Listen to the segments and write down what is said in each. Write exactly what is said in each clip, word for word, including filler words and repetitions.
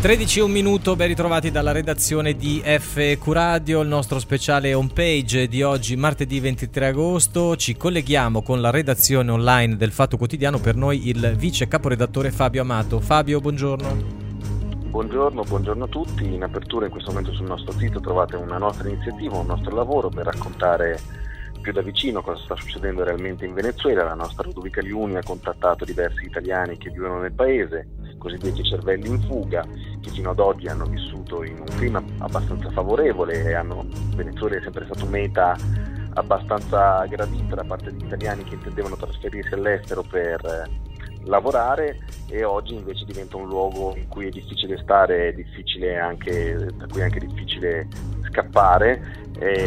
tredici e un minuto, ben ritrovati dalla redazione di F Q Radio, il nostro speciale homepage di oggi, martedì ventitré agosto. Ci colleghiamo con la redazione online del Fatto Quotidiano, per noi il vice caporedattore Fabio Amato. Fabio, buongiorno. Buongiorno, buongiorno a tutti. In apertura in questo momento sul nostro sito trovate una nostra iniziativa, un nostro lavoro per raccontare più da vicino cosa sta succedendo realmente in Venezuela. La nostra rubrica Liuni ha contattato diversi italiani che vivono nel paese, cosiddetti cervelli in fuga, che fino ad oggi hanno vissuto in un clima abbastanza favorevole e hanno, Venezuela è sempre stato meta abbastanza gradita da parte degli italiani che intendevano trasferirsi all'estero per eh, lavorare, e oggi invece diventa un luogo in cui è difficile stare, è difficile anche, da cui è anche difficile scappare,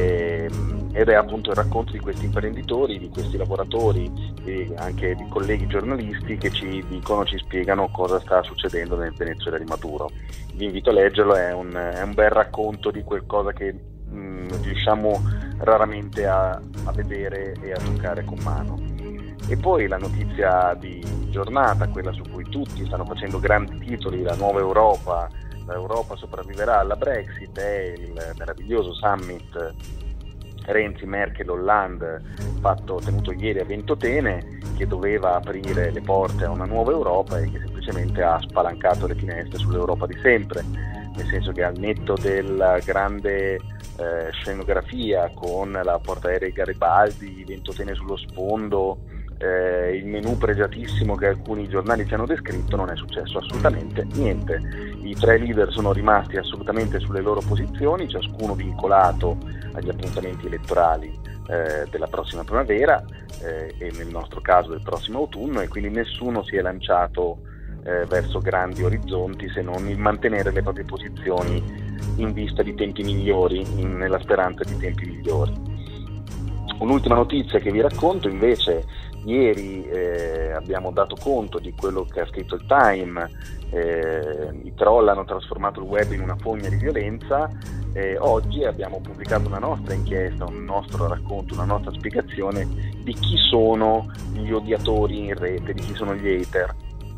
e, ed è appunto il racconto di questi imprenditori, di questi lavoratori e anche di colleghi giornalisti che ci dicono, ci spiegano cosa sta succedendo nel Venezuela di Maduro. Vi invito a leggerlo, è un, è un bel racconto di qualcosa che mh, riusciamo raramente a, a vedere e a toccare con mano. E poi la notizia di giornata, quella su cui tutti stanno facendo grandi titoli, la nuova Europa, l'Europa sopravviverà alla Brexit, è il meraviglioso summit Renzi, Merkel, Hollande, fatto, tenuto ieri a Ventotene, che doveva aprire le porte a una nuova Europa e che semplicemente ha spalancato le finestre sull'Europa di sempre, nel senso che al netto della grande eh, scenografia con la portaerei Garibaldi, Ventotene sullo sfondo, Eh, il menù pregiatissimo che alcuni giornali ci hanno descritto, non è successo assolutamente niente. I tre leader sono rimasti assolutamente sulle loro posizioni, ciascuno vincolato agli appuntamenti elettorali eh, della prossima primavera eh, e nel nostro caso del prossimo autunno, e quindi nessuno si è lanciato eh, verso grandi orizzonti se non il mantenere le proprie posizioni in vista di tempi migliori, in, nella speranza di tempi migliori. Un'ultima notizia che vi racconto invece: ieri eh, abbiamo dato conto di quello che ha scritto il Time, eh, i troll hanno trasformato il web in una fogna di violenza, eh, oggi abbiamo pubblicato una nostra inchiesta, un nostro racconto, una nostra spiegazione di chi sono gli odiatori in rete, di chi sono gli hater.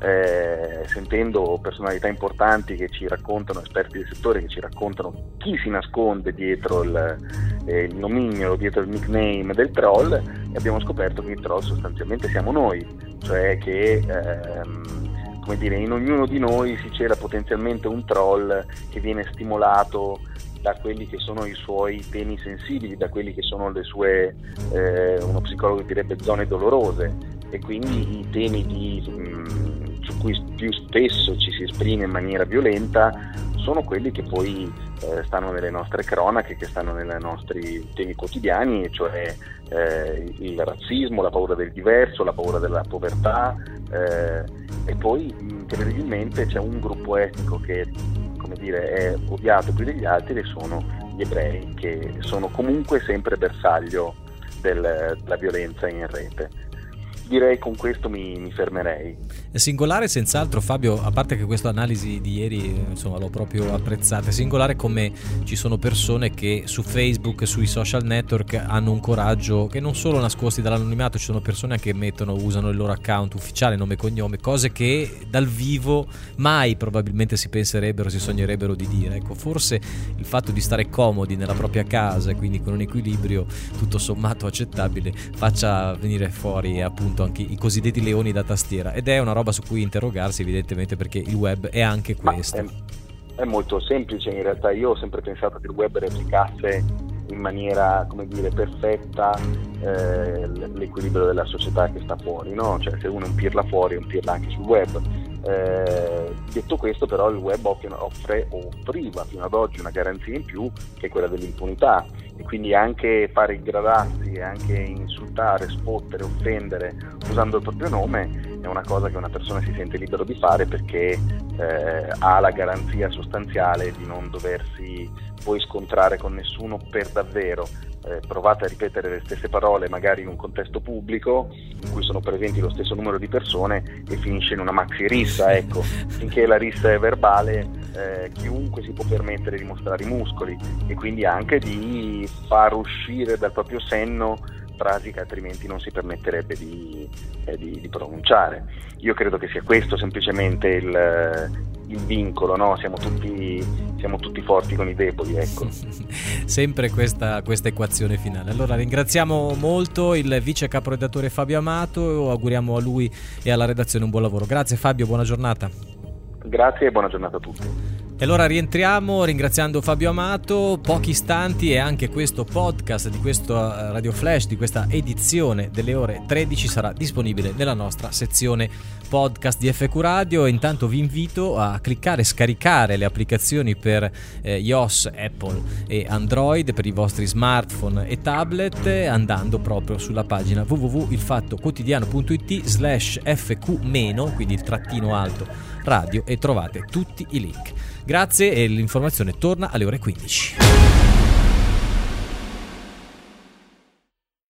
Eh, sentendo personalità importanti che ci raccontano, esperti del settore che ci raccontano chi si nasconde dietro il, eh, il nomignolo, dietro il nickname del troll, e abbiamo scoperto che il troll sostanzialmente siamo noi, cioè che ehm, come dire, in ognuno di noi si cela potenzialmente un troll che viene stimolato da quelli che sono i suoi temi sensibili, da quelli che sono le sue, eh, uno psicologo direbbe, zone dolorose, e quindi i temi di mh, su cui più spesso ci si esprime in maniera violenta sono quelli che poi eh, stanno nelle nostre cronache, che stanno nei nostri temi quotidiani, cioè eh, il razzismo, la paura del diverso, la paura della povertà, eh, e poi incredibilmente c'è un gruppo etnico che, come dire, è odiato più degli altri, e sono gli ebrei, che sono comunque sempre bersaglio del, della violenza in rete. Direi con questo mi, mi fermerei. È singolare senz'altro, Fabio, a parte che questa analisi di ieri insomma l'ho proprio apprezzata, è singolare come ci sono persone che su Facebook, sui social network hanno un coraggio che non solo nascosti dall'anonimato, ci sono persone che mettono, usano il loro account ufficiale, nome e cognome, cose che dal vivo mai probabilmente si penserebbero, si sognerebbero di dire. Ecco, forse il fatto di stare comodi nella propria casa e quindi con un equilibrio tutto sommato accettabile faccia venire fuori appunto anche i cosiddetti leoni da tastiera, ed è una roba su cui interrogarsi evidentemente, perché il web è anche questo. È, è molto semplice in realtà. Io ho sempre pensato che il web replicasse in maniera, come dire, perfetta eh, l'equilibrio della società che sta fuori, no? Cioè, se uno è un pirla fuori, è un pirla anche sul web. Eh, detto questo, però, il web offre o offriva fino ad oggi una garanzia in più, che è quella dell'impunità, e quindi anche fare i gradassi e anche insultare, spottere, offendere usando il proprio nome è una cosa che una persona si sente libero di fare, perché eh, ha la garanzia sostanziale di non doversi poi scontrare con nessuno per davvero. Eh, provate a ripetere le stesse parole magari in un contesto pubblico in cui sono presenti lo stesso numero di persone e finisce in una maxi rissa, ecco. Finché la rissa è verbale, eh, chiunque si può permettere di mostrare i muscoli e quindi anche di far uscire dal proprio senno frasi che altrimenti non si permetterebbe di, eh, di, di pronunciare. Io credo che sia questo semplicemente il, il vincolo, no? Siamo tutti, siamo tutti forti con i deboli, ecco. Sempre questa, questa equazione finale. Allora ringraziamo molto il vice caporedattore Fabio Amato, auguriamo a lui e alla redazione un buon lavoro. Grazie Fabio, buona giornata. Grazie e buona giornata a tutti. E allora rientriamo ringraziando Fabio Amato, pochi istanti e anche questo podcast di questo Radio Flash, di questa edizione delle ore tredici sarà disponibile nella nostra sezione podcast di F Q Radio. Intanto vi invito a cliccare e scaricare le applicazioni per eh, iOS, Apple e Android per i vostri smartphone e tablet andando proprio sulla pagina w w w punto il fatto quotidiano punto i t slash f q meno, quindi il trattino alto radio, e trovate tutti i link. Grazie e l'informazione torna alle ore quindici.